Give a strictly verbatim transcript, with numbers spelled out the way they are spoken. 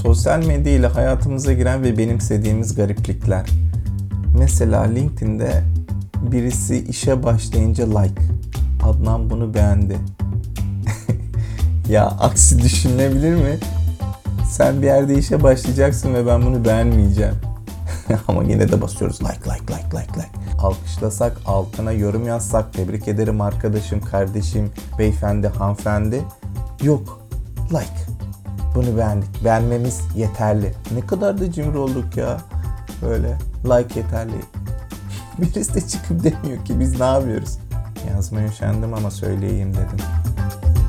Sosyal medya ile hayatımıza giren ve benimsediğimiz gariplikler. Mesela LinkedIn'de birisi işe başlayınca like. Adnan bunu beğendi. Ya aksi düşünülebilir mi? Sen bir yerde işe başlayacaksın ve ben bunu beğenmeyeceğim. Ama yine de basıyoruz like like like like like. Alkışlasak, altına yorum yazsak, tebrik ederim arkadaşım, kardeşim, beyefendi, hanımefendi. Yok. Like. Bunu beğendik. Beğenmemiz yeterli. Ne kadar da cimri olduk ya. Böyle like yeterli. Birisi de çıkıp demiyor ki biz ne yapıyoruz? Yazmaya üşendim ama söyleyeyim dedim.